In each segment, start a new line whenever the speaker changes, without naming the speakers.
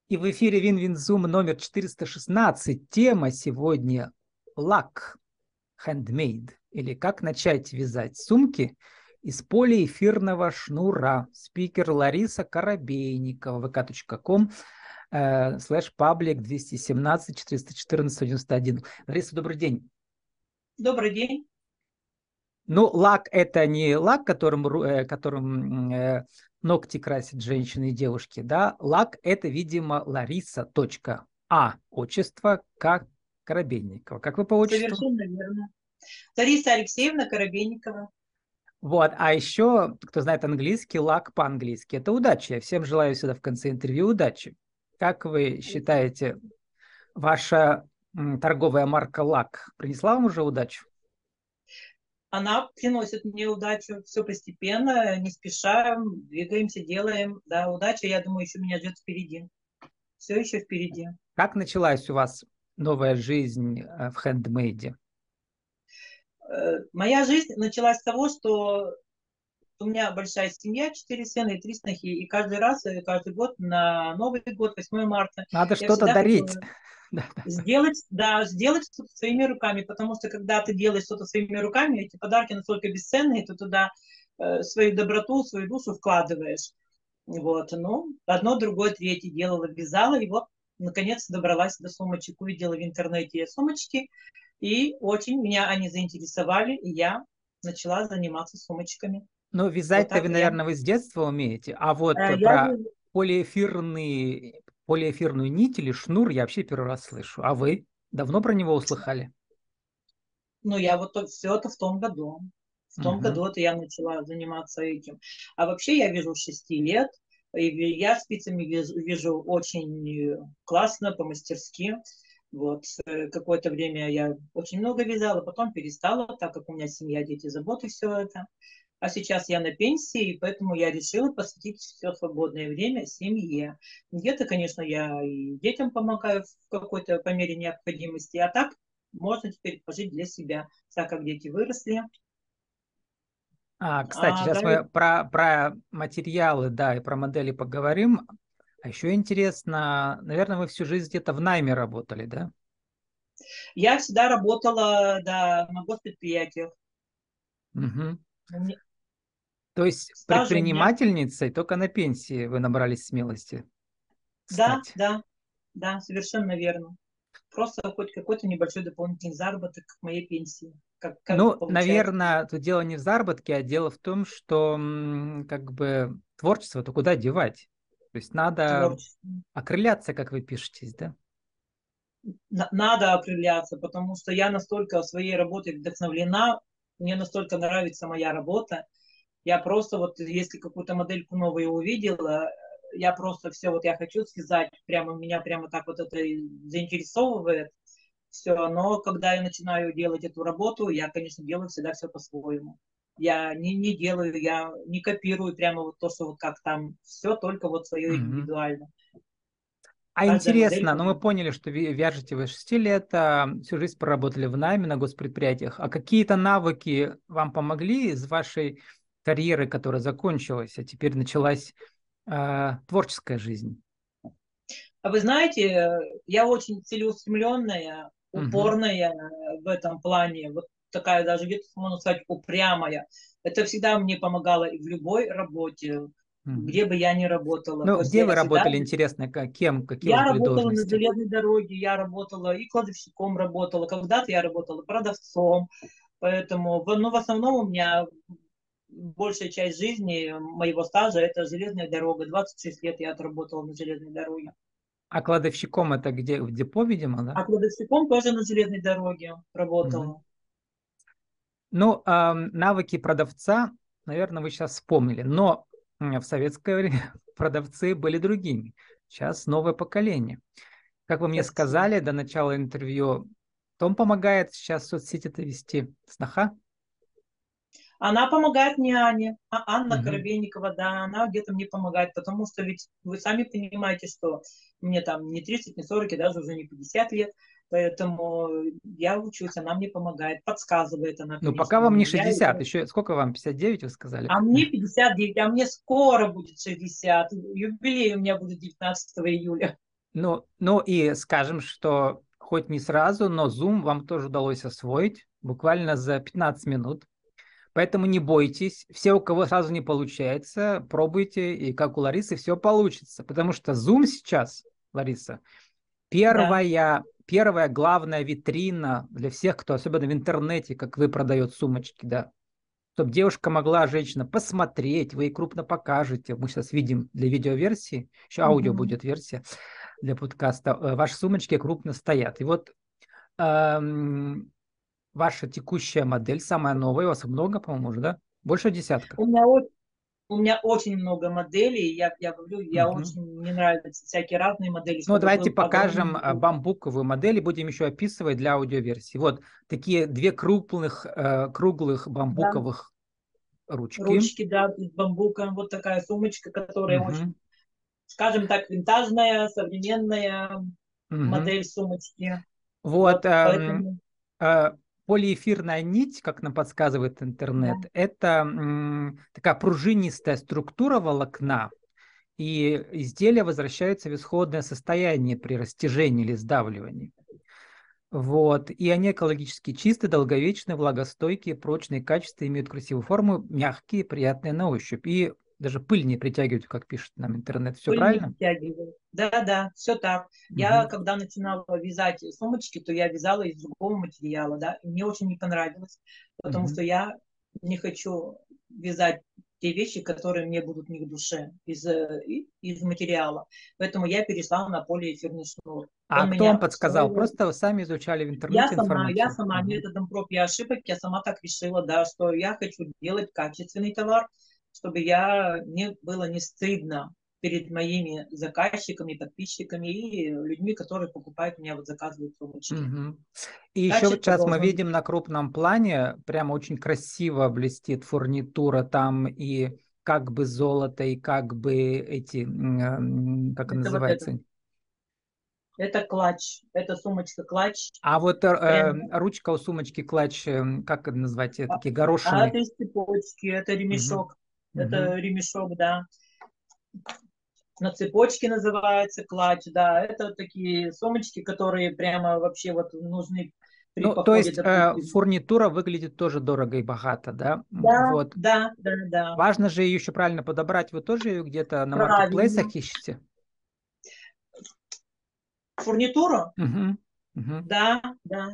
И в эфире Винвинзум номер 416. Тема сегодня лак, handmade, или как начать вязать сумки из полиэфирного шнура. Спикер Лариса Коробейникова, vk.com /паблик 217 414 91. Лариса, добрый день.
Добрый день.
Ну, лак – это не лак, которым ногти красят женщины и девушки, да? Лак – это, видимо, Лариса. Отчество как Коробейникова. Как вы по отчеству?
Совершенно верно. Лариса Алексеевна Коробейникова.
Вот, а еще, кто знает английский, лак по-английски – это удача. Я всем желаю всегда в конце интервью удачи. Как вы считаете, ваша торговая марка лак принесла вам уже удачу?
Она приносит мне удачу. Все постепенно, не спеша, двигаемся, делаем. Да, удача, я думаю, еще меня ждет впереди. Все еще впереди.
Как началась у вас новая жизнь в хендмейде?
Моя жизнь началась с того, что у меня большая семья, 4 сына и 3 снохи. И каждый раз, каждый год на Новый год, 8 марта,
Надо
я
что-то
всегда
дарить.
хотела сделать, да, сделать что-то своими руками, потому что когда ты делаешь что-то своими руками, эти подарки настолько бесценные, ты туда свою доброту, свою душу вкладываешь. Вот, ну, одно, другое, третье делала, вязала, и вот, наконец, добралась до сумочек, увидела в интернете сумочки, и очень меня они заинтересовали, и я начала заниматься сумочками.
Ну,
Вот
вязать-то вы,
так я.
наверное, вы с детства умеете. А вот
Я,
про полиэфирную нить или шнур я вообще первый раз слышу. А вы давно про него услыхали?
ну, я вот все это в том году. В том
Мгм.
году это я начала заниматься этим. А вообще я вяжу с 6 лет. И я спицами вяжу очень классно, по-мастерски. Вот. Какое-то время я очень много вязала, потом перестала, так как у меня семья, дети, заботы, все это. А сейчас я на пенсии, и поэтому я решила посвятить все свободное время семье. Где-то, конечно, я и детям помогаю в какой-то по мере необходимости, а так можно теперь пожить для себя, так как дети выросли.
Кстати,
А,
сейчас
да,
мы про материалы, да, и про модели поговорим. А еще интересно, наверное, вы всю жизнь где-то в найме работали, да?
я всегда работала, да, на госпредприятиях.
Мгм.
У меня-
То есть
Стажа у меня.
предпринимательницей только на пенсии вы набрались смелости
Да,
стать.
да, да, совершенно верно. Просто хоть какой-то небольшой дополнительный заработок к моей пенсии, как
Ну,
получается.
наверное, тут дело не в заработке, а дело в том, что как бы творчество-то куда девать? То есть надо
Творчество.
окрыляться, как вы пишетесь, да?
Надо окрыляться, потому что я настолько своей работой вдохновлена, мне настолько нравится моя работа. Я просто вот, если какую-то модельку новую увидела, я просто все, вот я хочу связать, прямо меня прямо так вот это заинтересовывает все. Но когда я начинаю делать эту работу, я, конечно, делаю всегда все по-своему. Я не делаю, я не копирую прямо вот то, что вот как там, все только вот свое
Мгм.
индивидуально.
А
Каждая
интересно,
моделька.
ну мы поняли, что вяжете вы 6 лет, всю жизнь проработали в найме на госпредприятиях. А какие-то навыки вам помогли из вашей карьеры, которая закончилась, а теперь началась творческая жизнь?
А вы знаете, я очень целеустремленная,
Мгм.
упорная в этом плане, вот такая даже где-то, можно сказать, упрямая. Это всегда мне помогало и в любой работе,
Мгм.
где бы я ни работала. То
Ну,
есть
где
я
вы
всегда.
работали, интересно, кем, какие у вас
Я
были
работала на
должности?
железной дороге, я работала и кладовщиком работала, когда-то я работала продавцом, поэтому, ну, в основном у меня большая часть жизни моего стажа это железная дорога. 26 лет я отработала на железной дороге.
А кладовщиком это где? В депо, видимо, да?
А кладовщиком тоже на железной дороге
Мгм.
работала.
Ну, навыки продавца, наверное, вы сейчас вспомнили, но в советское время продавцы были другими. Сейчас новое поколение. Как вы мне
Совсем.
сказали до начала интервью, Том помогает сейчас соцсети-то вести. Сноха?
Она помогает мне, Ане. Анна
Мгм.
Коробейникова, да, она где-то мне помогает, потому что ведь вы сами понимаете, что мне там не 30, не 40, и даже уже не 50 лет, поэтому я учусь, она мне помогает, подсказывает она,
Ну, пока
конечно,
вам не
мне.
60, еще сколько вам, 59, вы сказали?
А мне 59, а мне скоро будет 60, юбилей у меня будет 19 июля.
Ну и скажем, что хоть не сразу, но Zoom вам тоже удалось освоить буквально за 15 минут. Поэтому не бойтесь. Все, у кого сразу не получается, пробуйте, и как у Ларисы, все получится. Потому что Zoom сейчас, Лариса,
Да.
первая главная витрина для всех, кто особенно в интернете, как вы, продает сумочки, да. Чтобы девушка могла, женщина, посмотреть, вы ей крупно покажете. Мы сейчас видим для видеоверсии, еще аудио
Мгм.
будет версия для подкаста. Ваши сумочки крупно стоят. И вот эм, ваша текущая модель, самая новая, у вас много, по-моему, уже, да? Больше десятка.
У меня, у меня очень много моделей. Я говорю,
Мгм.
мне нравятся всякие разные модели,
Ну,
чтобы
давайте
был
покажем
огромный выбор.
бамбуковую модель и будем еще описывать для аудиоверсии. Вот такие две крупных, круглых
Да.
бамбуковых ручки.
Ручки, да, с бамбуком. Вот такая сумочка, которая
Мгм.
очень, скажем так, винтажная, современная
Мгм.
модель сумочки.
Вот
Вот, поэтому,
э, полиэфирная нить, как нам подсказывает
да.
интернет, это такая пружинистая структура волокна, и изделие возвращается в исходное состояние при растяжении или сдавливании. Вот. И они экологически чистые, долговечные, влагостойкие, прочные качества, имеют красивую форму, мягкие, приятные на ощупь. И даже пыль не притягивают, как пишет нам интернет. Все
Пыль не
правильно?
притягивает. Да, да, все так. Я,
Мгм.
когда начинала вязать сумочки, то я вязала из другого материала, да, и мне очень не понравилось, потому что
Мгм.
я не хочу вязать те вещи, которые мне будут не к душе из материала. Поэтому я перешла на полиэфирный шнур.
А
Он
кто вам
меня
подсказал?
устроил.
Просто вы сами изучали в
Я
интернете
сама, я
информацию?
сама
Мгм.
методом проб и ошибок, я сама так решила, да, что я хочу делать качественный товар, чтобы мне было не стыдно перед моими заказчиками, подписчиками и людьми, которые покупают у меня, вот заказывают сумочки.
Мгм. И еще вот
Качество
сейчас мы
должно быть.
видим на крупном плане, прямо очень красиво блестит фурнитура там, и как бы золото, и как бы эти, как это
Это вот это.
называется?
Это клатч, это сумочка клатч.
А вот
Прям,
ручка у сумочки клатч, как это назвать,
а,
такие
а это
горошины.
из цепочки, это
Мгм.
ремешок. Это
Мгм.
ремешок, да. На цепочке называется клатч, да. Это такие сумочки, которые прямо вообще вот нужны при
Ну, то
походе,
есть
допустим.
фурнитура выглядит тоже дорого и богато, да?
Да,
Вот.
да, да, да.
Важно же ее еще правильно подобрать. Вы тоже ее где-то на
Правильно.
маркетплейсах ищете?
Фурнитуру?
Мгм. Мгм.
Да, да.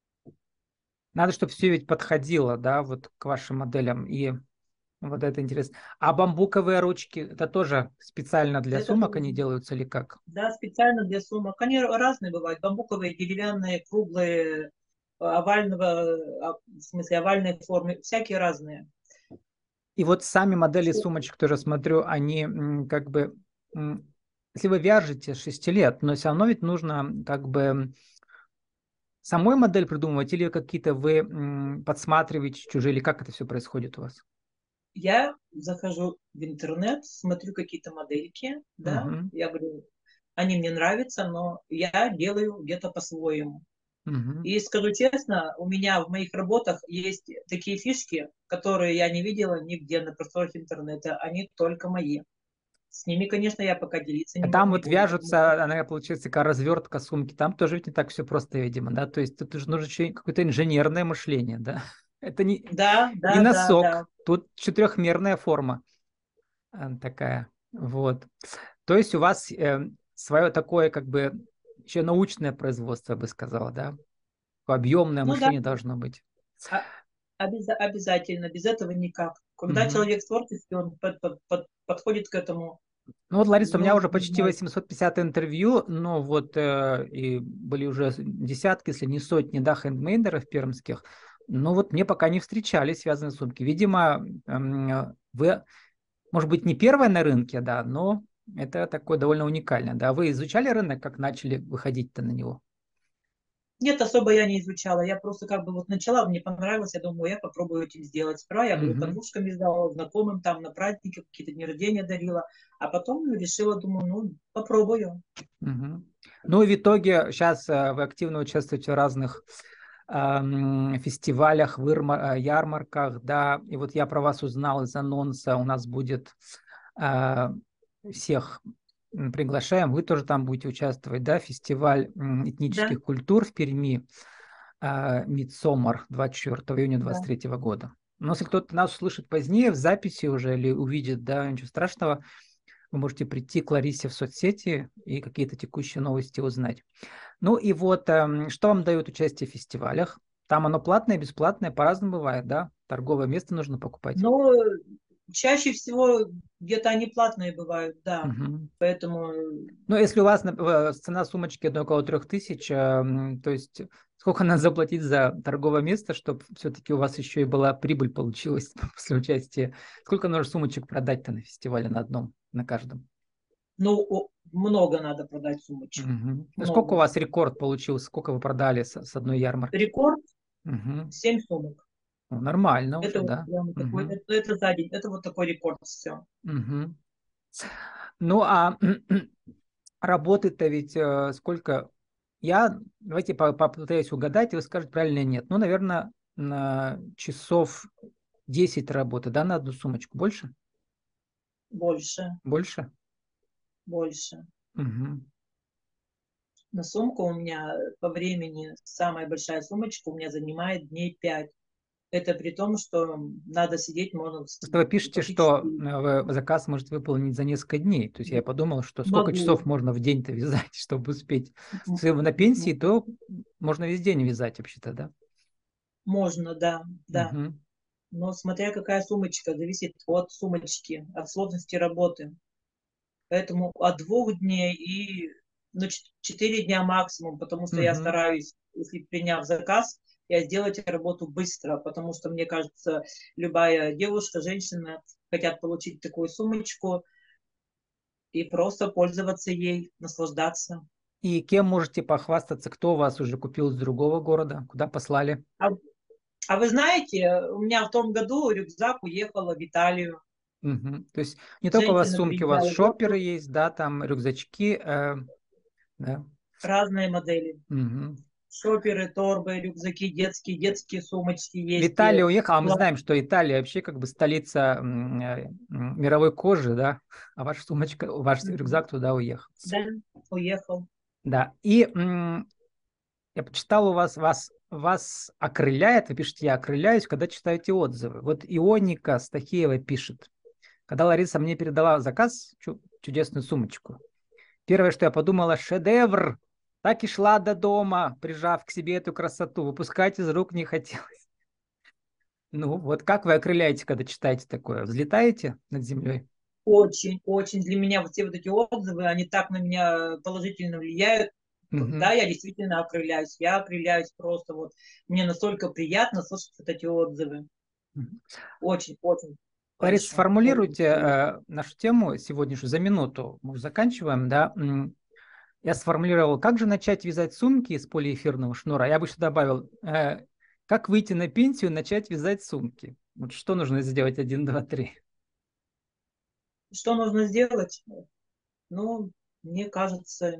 Надо, чтобы все ведь подходило, да, вот к вашим моделям. И вот это интересно. А бамбуковые ручки, это тоже специально для
Это
сумок они
тоже.
делаются или как?
Да, специально для сумок. Они разные бывают. Бамбуковые, деревянные, круглые, овального, в смысле овальной формы. Всякие разные.
И вот сами модели
Что-
сумочек тоже смотрю, они как бы, если вы вяжете с 6 лет, но все равно ведь нужно как бы самой модель придумывать или какие-то вы подсматриваете чужие, или как это все происходит у вас?
Я захожу в интернет, смотрю какие-то модельки, да,
Мгм.
я говорю, они мне нравятся, но я делаю где-то по-своему.
Мгм.
И скажу честно, у меня в моих работах есть такие фишки, которые я не видела нигде на просторах интернета, они только мои. С ними, конечно, я пока делиться
А там
не
вот
буду, потому что
вяжутся, она получается как развертка сумки. Там тоже ведь не так все просто, видимо, да? То есть тут уже нужно еще какое-то инженерное мышление, да? Это
да,
не
да, да, да,
носок, тут четырехмерная форма такая. Вот. То есть у вас свое такое как бы еще научное производство, я бы сказала, да? Такое объемное
ну да,
мышление должно быть.
а- обязательно, без этого никак. Когда
Мгм.
человек творческий, он подходит к этому,
Ну вот, Лариса, у меня
ну,
уже
не
почти
знаю,
850 интервью, но вот и были уже десятки, если не сотни, да, хендмейдеров пермских. Но вот мне пока не встречались связанные сумки. Видимо, вы, может быть, не первая на рынке, да, но это такое довольно уникальное. Да, вы изучали рынок, как начали выходить-то на него?
нет, особо я не изучала. Я просто как бы вот начала, мне понравилось, я думаю, я попробую этим сделать. Сперва я говорю,
Мгм.
подружкам издала, знакомым там на праздники, какие-то дни рождения дарила. А потом решила, думаю, ну, попробую.
Мгм. Ну и в итоге сейчас вы активно участвуете в разных фестивалях, ярмарках, да, и вот я про вас узнал из анонса, у нас будет а, всех приглашаем, вы тоже там будете участвовать, да, фестиваль
Да,
этнических культур в Перми, Мидсомар 24 июня
да.
23 года. Но если кто-то нас услышит позднее в записи уже или увидит, да, ничего страшного, вы можете прийти к Ларисе в соцсети и какие-то текущие новости узнать. Ну и вот, что вам дает участие в фестивалях? Там оно платное, бесплатное, по-разному бывает, да? Торговое место нужно покупать.
Но чаще всего где-то они платные бывают, да.
Мгм.
Поэтому,
Ну, если у вас цена сумочки около 3000, то есть сколько надо заплатить за торговое место, чтобы все-таки у вас еще и была прибыль получилась после участия? Сколько нужно сумочек продать-то на фестивале на одном, на каждом?
ну, много надо продать сумочек.
Мгм. Ну, сколько у
Много.
вас рекорд получился? Сколько вы продали с одной ярмарки?
Рекорд
Мгм.
7 сумок.
Ну, нормально уже,
Это вот
да?
прям такой,
Мгм.
это за день. Это вот такой рекорд все.
Мгм. Ну, а работы-то ведь сколько? Давайте попытаюсь угадать, и вы скажете правильно или нет. Ну, наверное, на часов 10 работы, да, на одну сумочку? Больше?
Больше,
Больше?
больше.
Мгм.
На сумку у меня по времени, самая большая сумочка у меня занимает дней 5. Это при том, что надо сидеть, можно
Просто вы пишете, что
фактически
вы заказ можете выполнить за несколько дней. То есть я подумал, что сколько
могу.
часов можно в день-то вязать, чтобы успеть.
М,
Если вы на пенсии,
м,
то можно весь день вязать вообще-то, да?
Можно, да, да.
Мгм.
Но смотря какая сумочка, зависит от сумочки, от сложности работы. Поэтому от 2 дней и 4 дня максимум, потому что я
Мгм.
стараюсь, если приняв заказ, я сделать работу быстро, потому что, мне кажется, любая девушка, женщина хотят получить такую сумочку и просто пользоваться ей, наслаждаться.
И кем можете похвастаться, кто вас уже купил из другого города, куда послали?
А, а вы знаете, у меня в том году рюкзак уехал в Италию.
Мгм. То есть не только у вас
Женщина
сумки, у вас
приезжала,
шоперы есть, да, там рюкзачки, да.
разные модели.
Мгм.
Шоперы, торбы, рюкзаки детские сумочки
В
есть.
Италию уехал, а мы знаем, что Италия вообще как бы столица мировой кожи, да, а ваша сумочка, ваш
Мгм.
рюкзак туда уехал.
Да, уехал.
Да, и я почитал у вас окрыляет, вы пишете, я окрыляюсь, когда читаете отзывы. Вот Ионика Стахеева пишет, когда Лариса мне передала заказ, чудесную сумочку, первое, что я подумала, шедевр, так и шла до дома, прижав к себе эту красоту, выпускать из рук не хотелось. Ну, вот как вы окрыляете, когда читаете такое? Взлетаете над землей?
Очень, очень для меня вот все вот эти отзывы, они так на меня положительно влияют. Да,
Мгм.
я действительно окрыляюсь. Я окрыляюсь просто вот. Мне настолько приятно слышать вот эти отзывы.
Мгм.
Очень, очень
Лариса,
хорошо. Очень
сформулируйте
приятно.
нашу тему сегодняшнюю за минуту. Мы уже заканчиваем, да? Я сформулировал, как же начать вязать сумки из полиэфирного шнура. Я бы еще добавил, как выйти на пенсию и начать вязать сумки. Вот что нужно сделать? Один, два, три.
Что нужно сделать? Ну, мне кажется,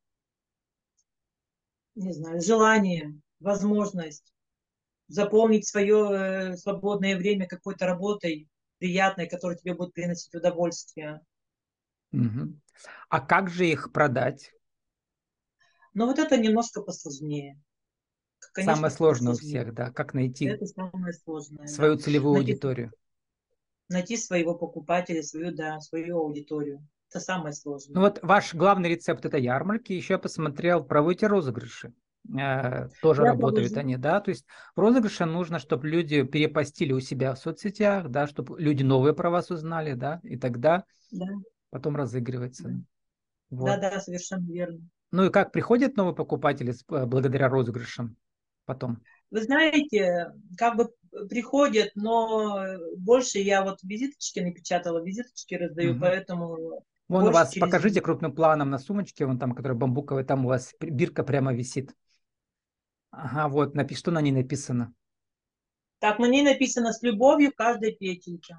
не знаю, желание, возможность заполнить свое свободное время какой-то работой приятной, которая тебе будет приносить удовольствие.
Мгм. А как же их продать?
Но вот это немножко посложнее.
Самое
Конечно,
сложное у
посложнее.
всех, да, как найти
Это самое сложное,
свою
да.
целевую
Найти,
аудиторию.
найти своего покупателя, свою, да, свою аудиторию. Это самое
Ну
сложное.
вот ваш главный рецепт это ярмарки. Еще я посмотрел, проводите розыгрыши. Тоже
Я
работают
провожу,
они, да. То есть в розыгрыше нужно, чтобы люди перепостили у себя в соцсетях, да, чтобы люди новые про вас узнали, да, и тогда
да,
потом разыгрывается.
да. Да,
Вот.
да, совершенно верно.
Ну и как приходят новые покупатели благодаря розыгрышам потом?
Вы знаете, как бы приходят, но больше я вот визиточки напечатала, визиточки раздаю,
Мгм.
поэтому
Вон у
больше
вас,
через
покажите
визит.
крупным планом на сумочке, вон там, которая бамбуковая, там у вас бирка прямо висит. Ага, вот, что на ней написано?
Так, на ней написано «С любовью каждой петельки».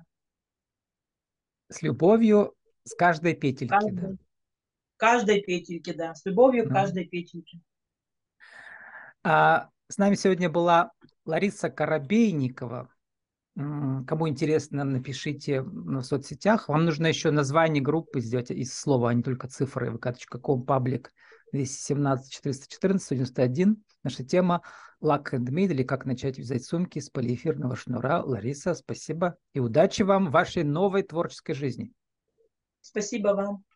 С любовью с каждой петельки, да.
Каждой, каждой петельки, да. С любовью
Ну.
каждой петельки.
С нами сегодня была Лариса Коробейникова, Кому интересно, напишите в соцсетях. Вам нужно еще название группы сделать из слова, а не только цифры. vk.com, паблик 217 414 191. Наша тема Lock and Made, или как начать вязать сумки с полиэфирного шнура. Лариса, спасибо и удачи вам в вашей новой творческой жизни.
Спасибо вам.